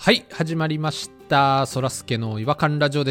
はい、始まりました。そらすけの違和感ラジオです。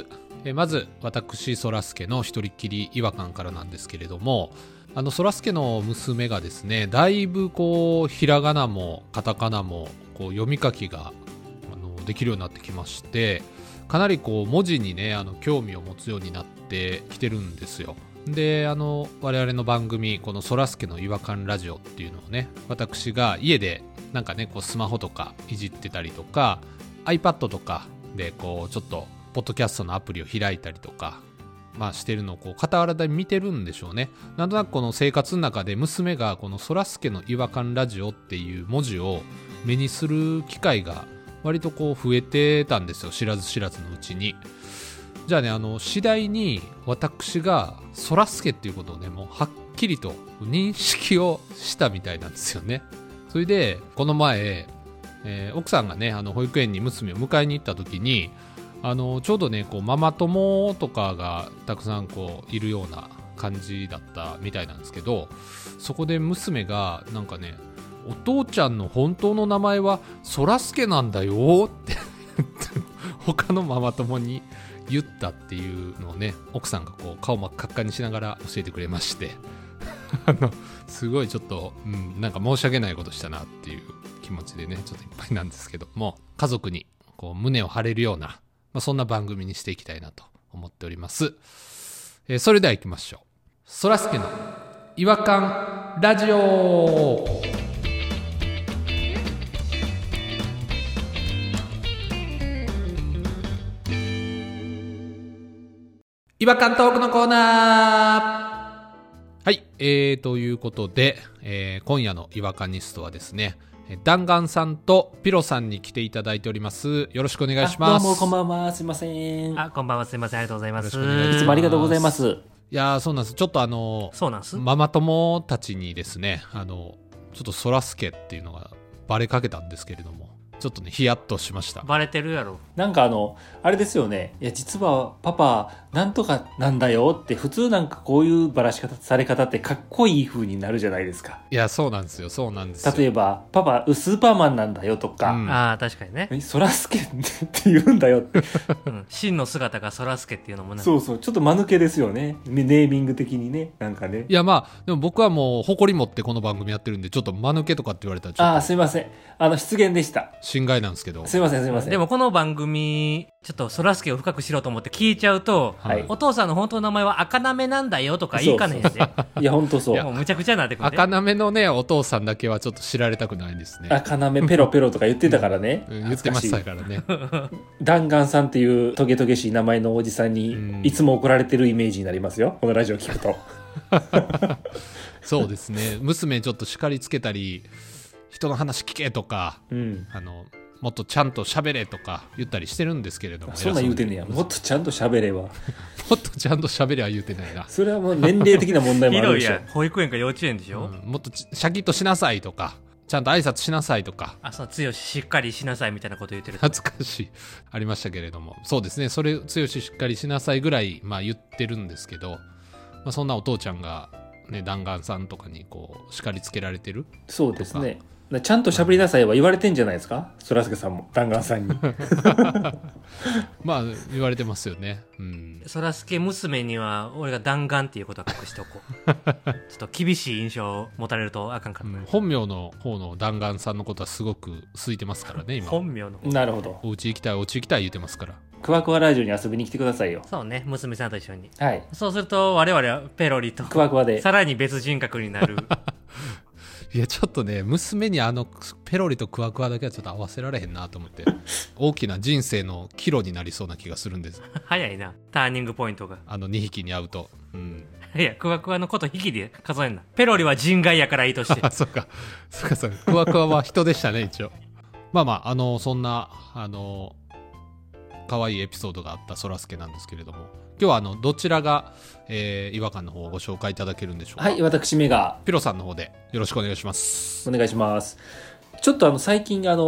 まず私そらすけの一人っきり違和感からなんですけれども、そらすけの娘がですね、だいぶこうひらがなもカタカナもこう読み書きができるようになってきまして、かなりこう文字にね興味を持つようになってきてるんですよ。で我々の番組このそらすけの違和感ラジオっていうのをね、私が家でなんかねこうスマホとかいじってたりとか iPad とかでこうちょっとポッドキャストのアプリを開いたりとかしてるのをこう傍らで見てるんでしょうね。なんとなくこの生活の中で娘がこのそらすけの違和感ラジオっていう文字を目にする機会が割とこう増えてたんですよ、知らず知らずのうちに。じゃあね、次第に私がそらすけっていうことをねもうはっきりと認識をしたみたいなんですよね。それでこの前、奥さんがね保育園に娘を迎えに行った時にちょうどねこうママ友とかがたくさんこういるような感じだったみたいなんですけど、そこで娘がなんかね、お父ちゃんの本当の名前はそらすけなんだよって他のママ友に言ったっていうのをね、奥さんがこう顔真っ赤っかにしながら教えてくれましてすごいちょっと、なんか申し訳ないことしたなっていう気持ちでねちょっといっぱいなんですけども、家族にこう胸を張れるような、そんな番組にしていきたいなと思っております。それでは行きましょう。そらすけの違和感ラジオ。違和感トークのコーナー。はい、ということで、今夜の違和感ニストはですね、弾丸さんとピロさんに来ていただいております。よろしくお願いします。 どうもこんばんは、すいません。 こんばんは、すいません、ありがとうございます。 いつもありがとうございます。 いやそうなんです。ちょっとそうなんです。 ママ友たちにですね、ちょっとそらすけっていうのがバレかけたんですけれども、ちょっとねヒヤッとしました。 バレてるやろ。 なんかあれですよね。いや実はパパなんとかなんだよって普通なんかこういうバラし方され方ってかっこいい風になるじゃないですか。 いやそうなんですよ、そうなんですよ。 例えばパパスーパーマンなんだよとか、 ああ確かにね。 そらすけって言うんだよって、 真の姿がそらすけっていうのもね。 そうそう、ちょっと間抜けですよね、ネーミング的にね。なんかね、 いやでも僕はもう誇り持ってこの番組やってるんで、ちょっと間抜けとかって言われたらちょっとすいません、失言でした。 心外なんですけど。 すいませんすいません。 でもこの番組ちょっとそらすけを深くしろうと思って聞いちゃうと、 はい、 お父さんの本当の名前は赤なめなんだよとか言いかねえんで。 いや本当そう。 もうむちゃくちゃになってくる、ね。 赤なめのねお父さんだけはちょっと知られたくないですね。 赤なめペロペロとか言ってたからね、 言ってましたからね。 弾丸さんっていうトゲトゲしい名前のおじさんにいつも怒られてるイメージになりますよ、このラジオ聞くとそうですね、娘ちょっと叱りつけたり、人の話聞けとか、もっとちゃんと喋れとか言ったりしてるんですけれども。 そんなん言うてんねや。もっとちゃんと喋れはもっとちゃんと喋れは言うてないな。 それはもう年齢的な問題もあるでしょ。 広いや保育園か幼稚園でしょ、 もっとシャキッとしなさいとか、ちゃんと挨拶しなさいとか、 その強ししっかりしなさいみたいなこと言ってる。 恥ずかしいありましたけれども、そうですね、それ強ししっかりしなさいぐらい言ってるんですけど、そんなお父ちゃんがね弾丸さんとかにこう叱りつけられてる。 そうですね、ちゃんと喋りなさいは言われてんじゃないですか、そらすけさんも弾丸さんに言われてますよね。 そらすけ娘には俺が弾丸っていうことは隠しておこうちょっと厳しい印象を持たれるとあかんから、 本名の方の弾丸さんのことはすごく空いてますからね今。 本名の。 なるほど。 お家行きたいお家行きたい言ってますから。 クワクワラジオに遊びに来てくださいよ。 そうね、娘さんと一緒に。 はい、 そうすると我々はペロリとクワクワでさらに別人格になるいやちょっとね、娘にペロリとクワクワだけはちょっと合わせられへんなと思って大きな人生の岐路になりそうな気がするんです早いな、ターニングポイントが。 2匹に会うと。 いやクワクワのこと引きで数えんな。ペロリは人外やからいいとしてそっかクワクワは人でしたね一応。そんな可愛いエピソードがあったそらすけなんですけれども、今日はどちらが、違和感の方をご紹介いただけるんでしょうか。 はい、私めがピロさんの方でよろしくお願いします。 お願いします。ちょっと最近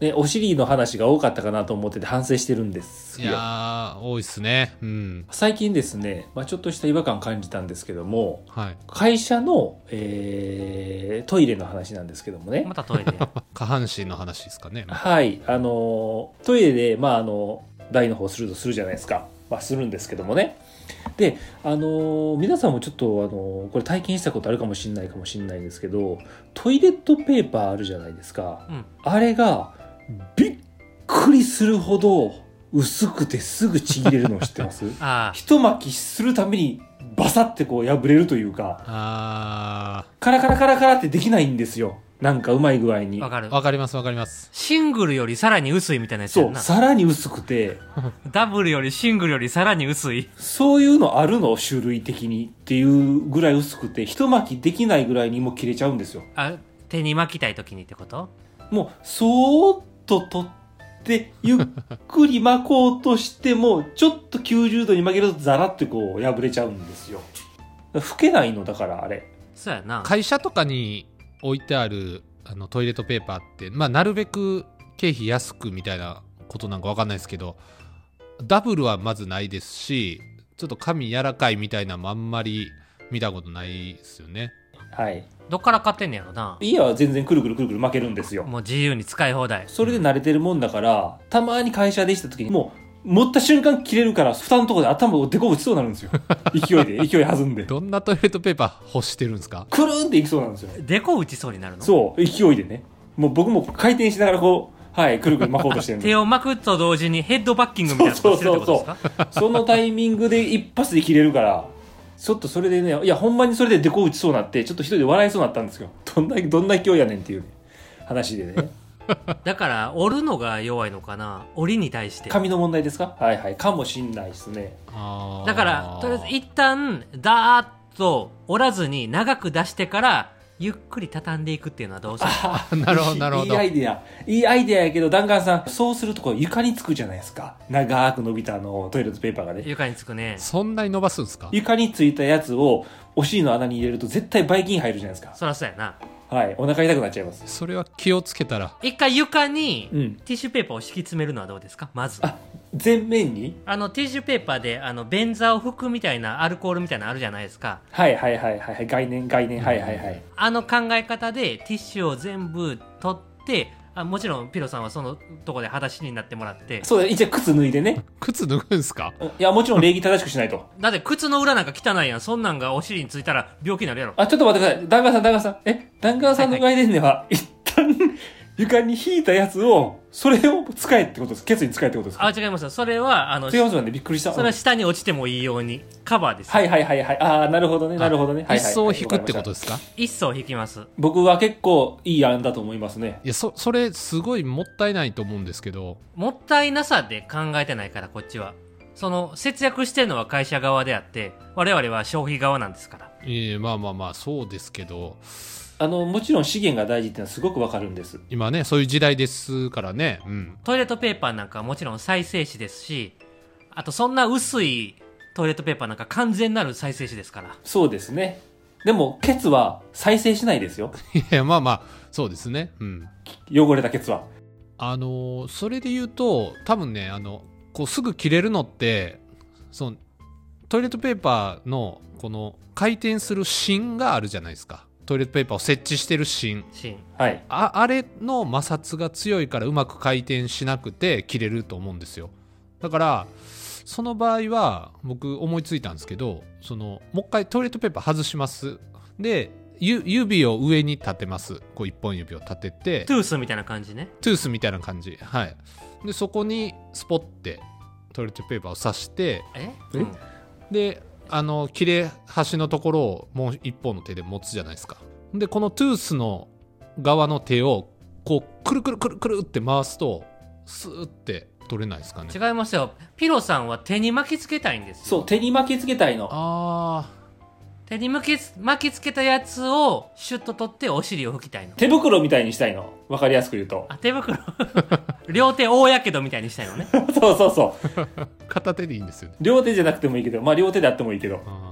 ね、お尻の話が多かったかなと思ってて反省してるんですよ。 いやー多いっすね。うん。 最近ですね、ちょっとした違和感感じたんですけども、 はい。 会社の、トイレの話なんですけどもね。 またトイレ。 下半身の話ですかね。 はい。トイレで、台の方するとするじゃないですか。するんですけどもね。で、皆さんもちょっと、これ体験したことあるかもしれないですけど、トイレットペーパーあるじゃないですか。 うん。 あれが、びっくりするほど薄くてすぐちぎれるのを知ってますああ。 一巻きするためにバサってこう破れるというか、カラカラカラカラってできないんですよ。なんかうまい具合に。 わかる。 わかりますわかります。 シングルよりさらに薄いみたいなやつやそう、 んな。 さらに薄くて、 ダブルよりシングルよりさらに薄い。 そういうのあるの種類的にっていうぐらい薄くて、一巻きできないぐらいにもう切れちゃうんですよ。 あ、手に巻きたい時にってこと？ もう、そーっと取って、ゆっくり巻こうとしても、ちょっと90度に曲げるとザラッとこう破れちゃうんですよ。拭けないのだからあれ。 そうやな。 会社とかに置いてあるトイレットペーパーって、なるべく経費安くみたいなことなんかわかんないですけど、ダブルはまずないですし、ちょっと紙柔らかいみたいなのもあんまり見たことないですよね。 はい。 どっから買ってんねやろな。 家は全然くるくるくるくる巻けるんですよ。 もう自由に使い放題。 それで慣れてるもんだから、たまに会社でした時に、もう、持った瞬間切れるから、蓋のところで頭をデコ打ちそうになるんですよ。勢い弾んで。 どんなトイレットペーパー欲してるんですか？ くるーんっていきそうなんですよ。 デコ打ちそうになるの？ そう、勢いでね。もう僕も回転しながらこう、はい、くるくる巻こうとしてるんで手を巻くと同時にヘッドバッキングみたいなことしてるってことですか？ そのタイミングで一発で切れるから、ちょっとそれでね、いや、ほんまにそれでデコ打ちそうになって、ちょっと一人で笑いそうになったんですよ。どんな勢いやねんっていう、ね、話でね。 だから折るのが弱いのかな、折りに対して。 紙の問題ですか？はいはい、かもしんないですね。 だからとりあえず一旦ダーッと折らずに長く出してからゆっくり畳んでいくっていうのはどうする？ なるほどなるほど。 いいアイデアやけど、弾丸さん、そうするとこう床につくじゃないですか。長く伸びたトイレットペーパーがね。 床につくね。 そんなに伸ばすんですか？ 床についたやつをお尻の穴に入れると絶対ばい菌入るじゃないですか。 そらそうやな。 はい、お腹痛くなっちゃいます。 それは気をつけたら。 一回床にうんティッシュペーパーを敷き詰めるのはどうですか？まず全面に、 ティッシュペーパーで便座を拭くみたいなアルコールみたいなのあるじゃないですか。 はいはいはいはい、概念、はいはいはい。 考え方でティッシュを全部取ってもちろんピロさんはそのとこで裸足になってもらって。 そうだ、一応靴脱いでね。 靴脱ぐんすか？ いや、もちろん礼儀正しくしないと。 だって靴の裏なんか汚いやん。そんなんがお尻についたら病気になるやろ。 ちょっと待ってください。弾丸さん。弾丸さんの概念では、一旦、床に引いたやつを、それを使えってことです。ケツに使えってことですか？ 違いますよ。それは違いますよね。びっくりした。 それは下に落ちてもいいようにカバーです。 はいはいはいはい。なるほどね。 一層引くってことですか？ 一層引きます。 僕は結構いい案だと思いますね。 いや、それすごいもったいないと思うんですけど。 もったいなさで考えてないから、こっちは。その節約してるのは会社側であって我々は消費側なんですから。 まあそうですけど、 もちろん資源が大事っていうのはすごくわかるんです。 今ねそういう時代ですからね。 トイレットペーパーなんかはもちろん再生紙ですし、あとそんな薄いトイレットペーパーなんか完全なる再生紙ですから。 そうですね。でもケツは再生しないですよ。 いやまあそうですね。 汚れたケツは。 それで言うと多分ねこうすぐ切れるのってそのトイレットペーパーのこの回転する芯があるじゃないですか。トイレットペーパーを設置してる芯、 はい、 あれの摩擦が強いからうまく回転しなくて切れると思うんですよ。だからその場合は僕思いついたんですけど、もう一回トイレットペーパー外します。で指を上に立てます。こう一本指を立ててトゥースみたいな感じね。 トゥースみたいな感じ。はい。でそこにスポッてトイレットペーパーを刺してで切れ端のところをもう一方の手で持つじゃないですか。でこのトゥースの側の手をこうくるくるくるくるって回すとスーって取れないですかね。 違いますよ。ピロさんは手に巻きつけたいんですよ。 そう、手に巻きつけたいの。 手に巻きつけたやつをシュッと取ってお尻を拭きたいの。 手袋みたいにしたいの。わかりやすく言うと。 手袋両手大やけどみたいにしたいのね。 そう片手でいいんですよね。 両手じゃなくてもいいけど、両手であってもいいけど。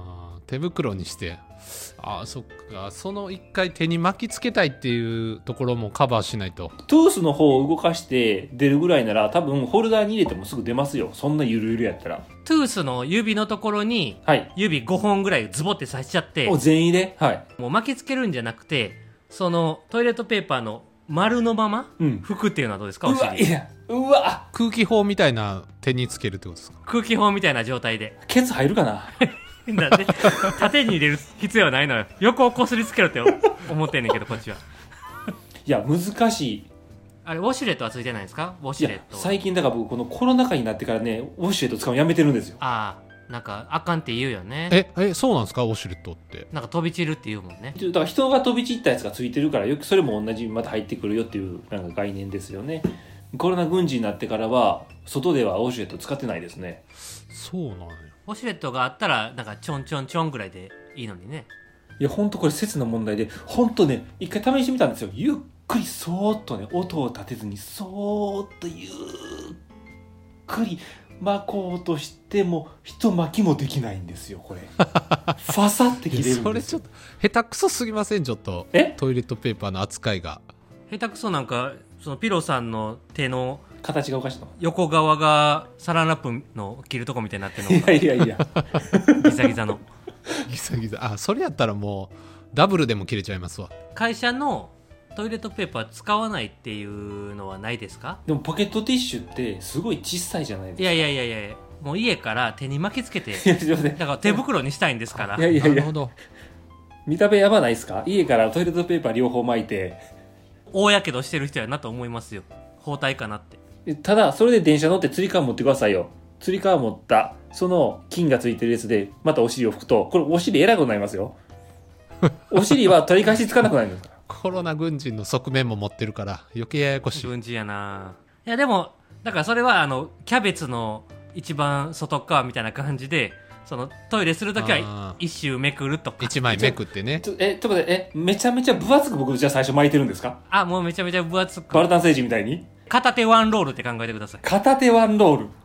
手袋にして、そっか、その一回手に巻きつけたいっていうところもカバーしないと。 トゥースの方を動かして出るぐらいなら多分ホルダーに入れてもすぐ出ますよ。そんなゆるゆるやったら。 トゥースの指のところにはい。 指5本ぐらいズボって刺しちゃって、 もう全員で、はい。 もう巻きつけるんじゃなくて、そのトイレットペーパーの丸のままうん。 拭くっていうのはどうですか？ うわ、いや、うわ、 空気砲みたいな手につけるってことですか？ 空気砲みたいな状態で。 ケツ入るかな。 なんで縦に入れる必要はないのよ。横をこすりつけろって思ってんねんけど、こっちは。 いや、難しい。 あれ、ウォシュレットはついてないんですか？ウォいやシュレット。 最近だから僕このコロナ禍になってからね、ウォシュレット使うのやめてるんですよ。 なんかあかんって言うよね。 そうなんですか？ウォシュレットって。 なんか飛び散るって言うもんね。 だから人が飛び散ったやつがついてるから、よくそれも同じまた入ってくるよっていうなんか概念ですよね。コロナ軍事になってからは外ではウォシュレット使ってないですね。 そうなんや。 ウォシュレットがあったらなんかちょんちょんちょんぐらいでいいのにね。 いやほんとこれ説の問題で、ほんとね一回試してみたんですよ。ゆっくりそーっとね、音を立てずにそーっとゆっくり巻こうとしても一巻きもできないんですよこれ。ファサって切れるんですよ。 それちょっと下手くそすぎません？ちょっとトイレットペーパーの扱いが。 下手くそなんか、そのピロさんの手の形がおかしいの。 横側がサランラップの切るとこみたいになってるのいやいやいや。 ギザギザの。 ギザギザ。それやったらもうダブルでも切れちゃいますわ。 会社のトイレットペーパー使わないっていうのはないですか？ でもポケットティッシュってすごい小さいじゃないですか。 いやいやいやいや、もう家から手に巻きつけて、 いやすいません。 だから手袋にしたいんですから。 いやいやいやなるほ、ど。 見た目やばないですか？家からトイレットペーパー両方巻いて。 大やけどしてる人やなと思いますよ。包帯かなって。 ただそれで電車乗ってつり革持ってくださいよ。つり革持ったその菌がついてるやつでまたお尻を拭くと、これお尻偉くなりますよ。お尻は取り返しつかなくなるんですから。 コロナ軍人の側面も持ってるから余計ややこしい。 軍事やな。いやでもだからそれはキャベツの一番外側みたいな感じで、そのトイレするときは一周めくるとか、 一枚めくってね。 ちょっと待って、めちゃめちゃ分厚く僕じゃあ最初巻いてるんですか？ もうめちゃめちゃ分厚く、 バルタン星人みたいに片手ワンロールって考えてください。 片手ワンロール。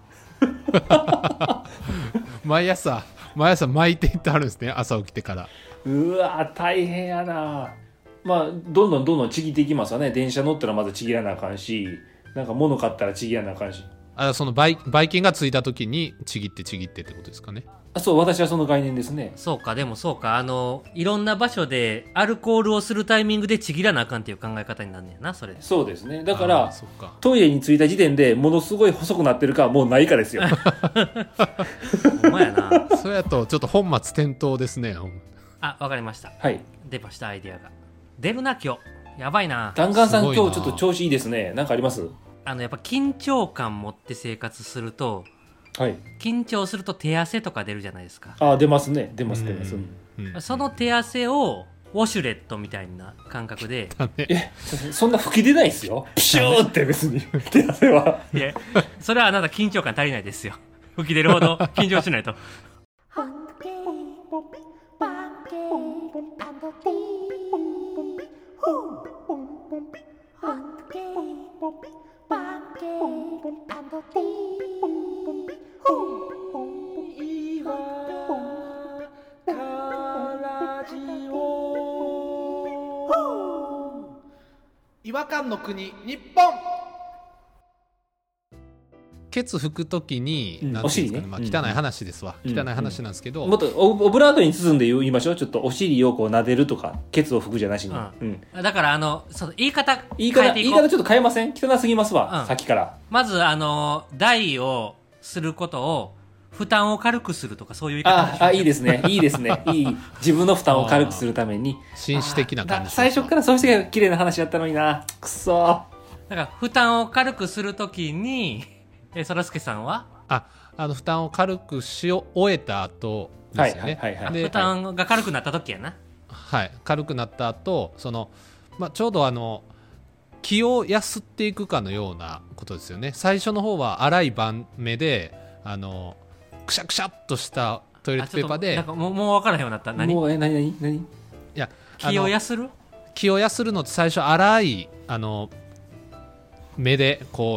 毎朝巻いていってあるんですね、朝起きてから。 うわ大変やな。まあどんどんちぎっていきますわね。電車乗ったらまずちぎらなあかんし、なんか物買ったらちぎらなあかんし。 そのばい菌がついた時にちぎってってことですかね。 そう、私はその概念ですね。 そうか、でもそうか、いろんな場所でアルコールをするタイミングでちぎらなあかんっていう考え方になるんやな、それ。 そうですね。だからそっか、 トイレに着いた時点でものすごい細くなってるかもうないかですよ。 ほんまやな。 それやとちょっと本末転倒ですね。 わかりました。 はい。 出ました、アイディアが。出るな、今日。やばいな。 弾丸さんすごいな今日ちょっと調子いいですね。なんかあります？ やっぱ緊張感持って生活すると、 はい。 緊張すると手汗とか出るじゃないですか。 出ますね。出ます。 うんその手汗をウォシュレットみたいな感覚でそんな吹き出ないですよ。プシューって別に手汗は。 いや、それはあなた緊張感足りないですよ。吹き出るほど緊張しないと。 違和感の国日本。ケツ拭くときに、なんていうんですかね、 お尻ね、 汚い話ですわ、汚い話なんですけど、 もっとオブラートに包んで言いましょう。ちょっとお尻をこう撫でるとかケツを拭くじゃなしに、 だからその言い方言い変えていこう。 方ちょっと変えません？汚すぎますわ、さっきから。 まず台をすることを負担を軽くするとか、そういう言い方でしょ。 いいですね、いいですね。いい、自分の負担を軽くするために紳士的な感じ。 最初からそうして綺麗な話やったのにな。くそ。 だから負担を軽くするときにそらすけさんは負担を軽くし終えた後ですよね。 負担が軽くなった時やな。 はい、軽くなった後ちょうど気を休っていくかのようなことですよね。最初の方は粗い盤目でくしゃくしゃっとしたトイレットペーパーで、 なんかもう分からへんようになった。何？ 何？ いや、 気を休る？ 気を休るのって最初粗い目でこう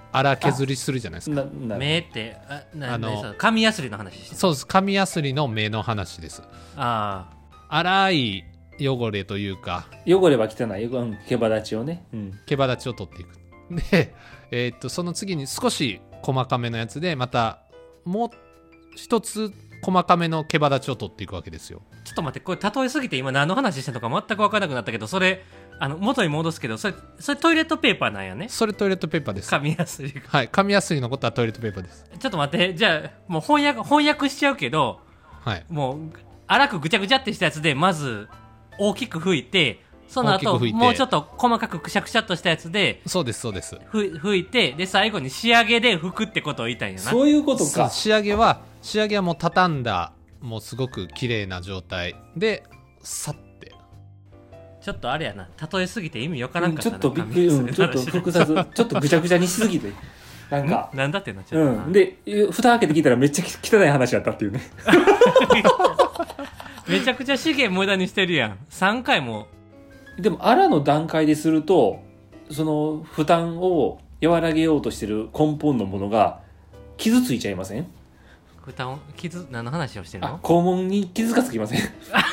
荒削りするじゃないですか。 目って紙やすりの話してる。 そうです、紙やすりの目の話です。 あ粗い汚れというか汚れは汚い、毛羽立ちをね、 毛羽立ちを取っていく。で、その次に少し細かめのやつでまたもう一つ細かめの毛羽立ちを取っていくわけですよ。 ちょっと待って、これ例えすぎて今何の話してるのか全く分からなくなったけど、それ元に戻すけど、それトイレットペーパーなんやね。 それトイレットペーパーです。 紙やすりが。 はい、紙やすりのことはトイレットペーパーです。 ちょっと待って、じゃあもう翻訳しちゃうけど、 はい、 もう粗くぐちゃぐちゃってしたやつでまず大きく拭いて、その後もうちょっと細かくくしゃくしゃっとしたやつで、 そうですそうです、 拭いて、で最後に仕上げで拭くってことを言いたいんやな。 そういうことか。 仕上げはもう畳んだ、もうすごく綺麗な状態でさって。 ちょっとあれやな、例えすぎて意味わからんかったな。 ちょっとびっくり、ちょっと複雑ちょっとぐちゃぐちゃにしすぎてなんかなんだってなっちゃう、 で蓋開けて聞いたらめっちゃ汚い話やったっていうねめちゃくちゃ資源無駄にしてるやん。3回も。 でも粗の段階ですると、その負担を和らげようとしてる根本のものが傷ついちゃいません？ 負担何の話をしてるの？ 肛門に傷がつきません？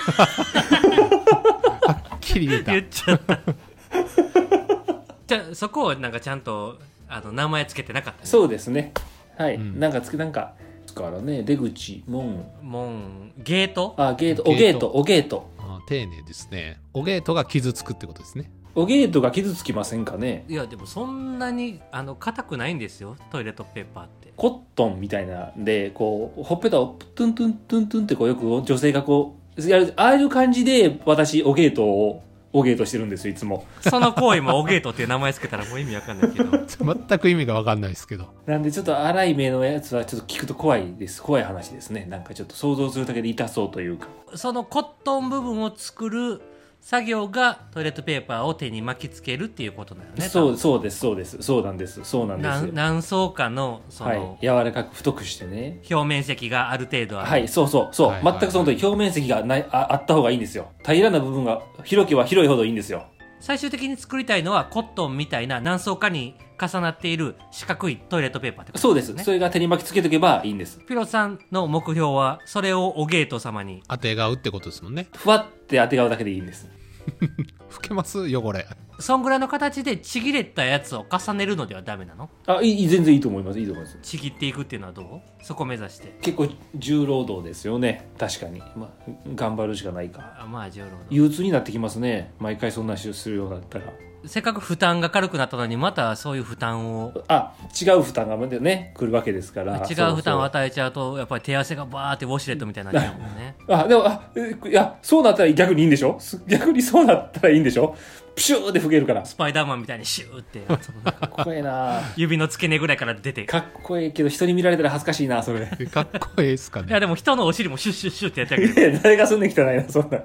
はっきり言った言っちゃったじゃあそこをなんかちゃんと名前つけてなかった、ね、 そうですね、はい、なんかからね、出口門ゲートおゲート丁寧ですね。おゲートが傷つくってことですね。 おゲートが傷つきませんかね？ いやでもそんなに硬くないんですよ、トイレットペーパーって。 コットンみたいなんで、こうほっぺたをトゥントゥントゥントゥンってこうよく女性がこうやる、ああいう感じで私おゲートしてるんですよ、いつも。 その行為もおゲートっていう名前つけたらもう意味わかんないけど全く意味がわかんないですけど。 なんでちょっと荒い目のやつはちょっと聞くと怖い話ですね。なんかちょっと想像するだけで痛そうというか。 そのコットン部分を作る作業がトイレットペーパーを手に巻きつけるっていうことだよね。 そうですそうなんです何層かのはい、柔らかく太くしてね、 表面積がある程度ある。 はい、そう、 はいはいはい、 全くその通り、表面積があった方がいいんですよ。平らな部分が広ければ広いほどいいんですよ。 最終的に作りたいのはコットンみたいな何層かに重なっている四角いトイレットペーパーってことですね。 そうです。それが手に巻きつけとけばいいんです。 ピロさんの目標はそれをおゲート様に当てがうってことですもんね。 ふわって当てがうだけでいいんです。 拭けます汚れ。 そんぐらいの形でちぎれたやつを重ねるのではダメなの？ 全然いいと思います。 ちぎっていくっていうのはどう？そこ目指して結構重労働ですよね。確かに、頑張るしかないか。 重労働、 憂鬱になってきますね、毎回そんな話をするようになったら。 せっかく負担が軽くなったのにまたそういう負担を違う負担がね来るわけですから。 違う負担を与えちゃうとやっぱり手汗がバーってウォシュレットみたいになっちゃうもんねでもいや、そうなったら逆にいいんでしょ。逆にそうなったらいいんでしょ。プシューって吹けるから。 スパイダーマンみたいにシューってかっこええな指の付け根ぐらいから出て。 かっこええけど人に見られたら恥ずかしいな、それ。 かっこええっすかね。 いやでも人のお尻もシュッシュッシュッってやってあげる。 いや、誰がそんな汚いな、そんな。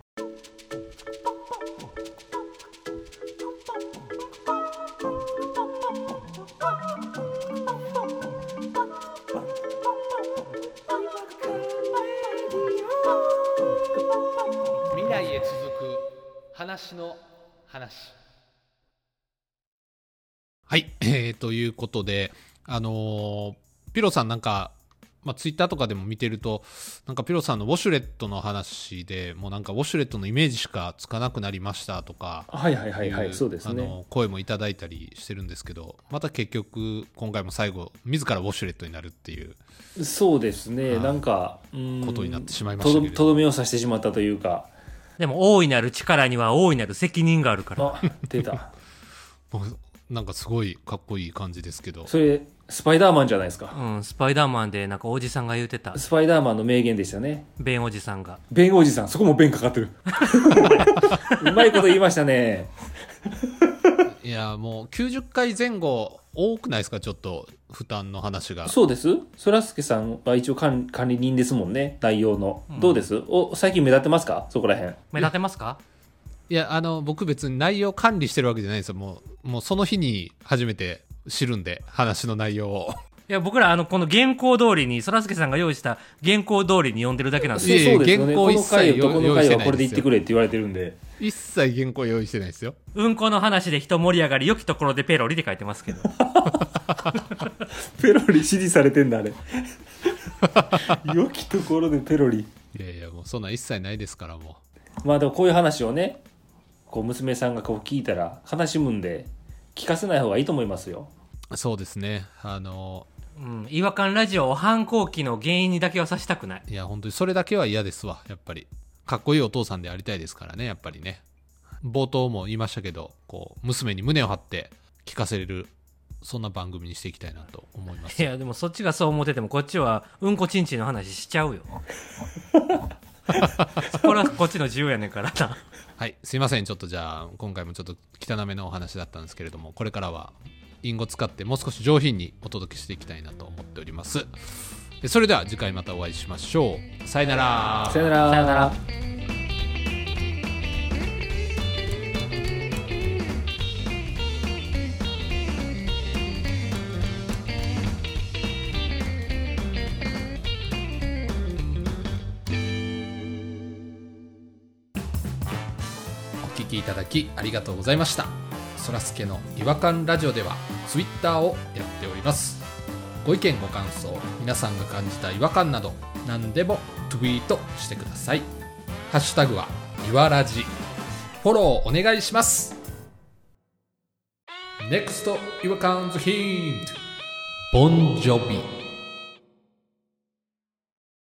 未来へ続く話の話。はい、ということでピロさんなんか、ツイッターとかでも見てるとなんかピロさんのウォシュレットの話でもうなんかウォシュレットのイメージしかつかなくなりましたとか、 そうですね。 声もいただいたりしてるんですけど、また結局今回も最後自らウォシュレットになるっていう。 そうですね、なんかことになってしまいましたけれど、 とどめを刺してしまったというか。 でも大いなる力には大いなる責任があるから。 出たなんかすごいかっこいい感じですけど、 それスパイダーマンじゃないですか。 スパイダーマンでなんかおじさんが言うてた。 スパイダーマンの名言でしたね。 ベンおじさんが。 ベンおじさん、そこもベンかかってるうまいこと言いましたね。 いやもう90回前後多くないですか、ちょっと負担の話が。 そうです。そらすけさんは一応管理人ですもんね、内容の。どうです？最近目立ってますか、そこら辺。 目立ってますか？ いや僕別に内容管理してるわけじゃないんですよ。もうその日に初めて知るんで、話の内容を。 いや僕らこの原稿通りに、そらすけさんが用意した原稿通りに読んでるだけなんですよ。 そうですよね。 原稿一切この回はこれで言用意してないですよ。 ってくれって言われてるんで。 一切原稿用意してないですよ。 うんこの話で人盛り上がり、良きところでペロリで書いてますけどペロリ指示されてんだあれ良きところでペロリ。 いやいや、もうそんなん一切ないですからもまあでもこういう話をね、こう娘さんがこう聞いたら悲しむんで聞かせない方がいいと思いますよ。 う。そうですね。 違和感ラジオを反抗期の原因にだけはさせたくない。 いや本当にそれだけは嫌ですわ。やっぱりかっこいいお父さんでありたいですからね。やっぱりね、冒頭も言いましたけど、こう娘に胸を張って聞かせれる、そんな番組にしていきたいなと思います。 いやでもそっちがそう思っててもこっちはうんこちんちんの話しちゃうよこれはこっちの自由やねんからな。 はい、すいません。ちょっとじゃあ今回もちょっと汚めのお話だったんですけれども、これからは隠語使ってもう少し上品にお届けしていきたいなと思っております。それでは次回またお会いしましょう。さよなら。 さよなら。 さよなら。 お聞きいただきありがとうございました。そらすけの違和感ラジオではツイッターをやっております。ご意見ご感想、皆さんが感じた違和感など何でもツイートしてください。ハッシュタグはいわらじ。フォローお願いします。 NEXT 違和感ズヒント、ボンジョビ。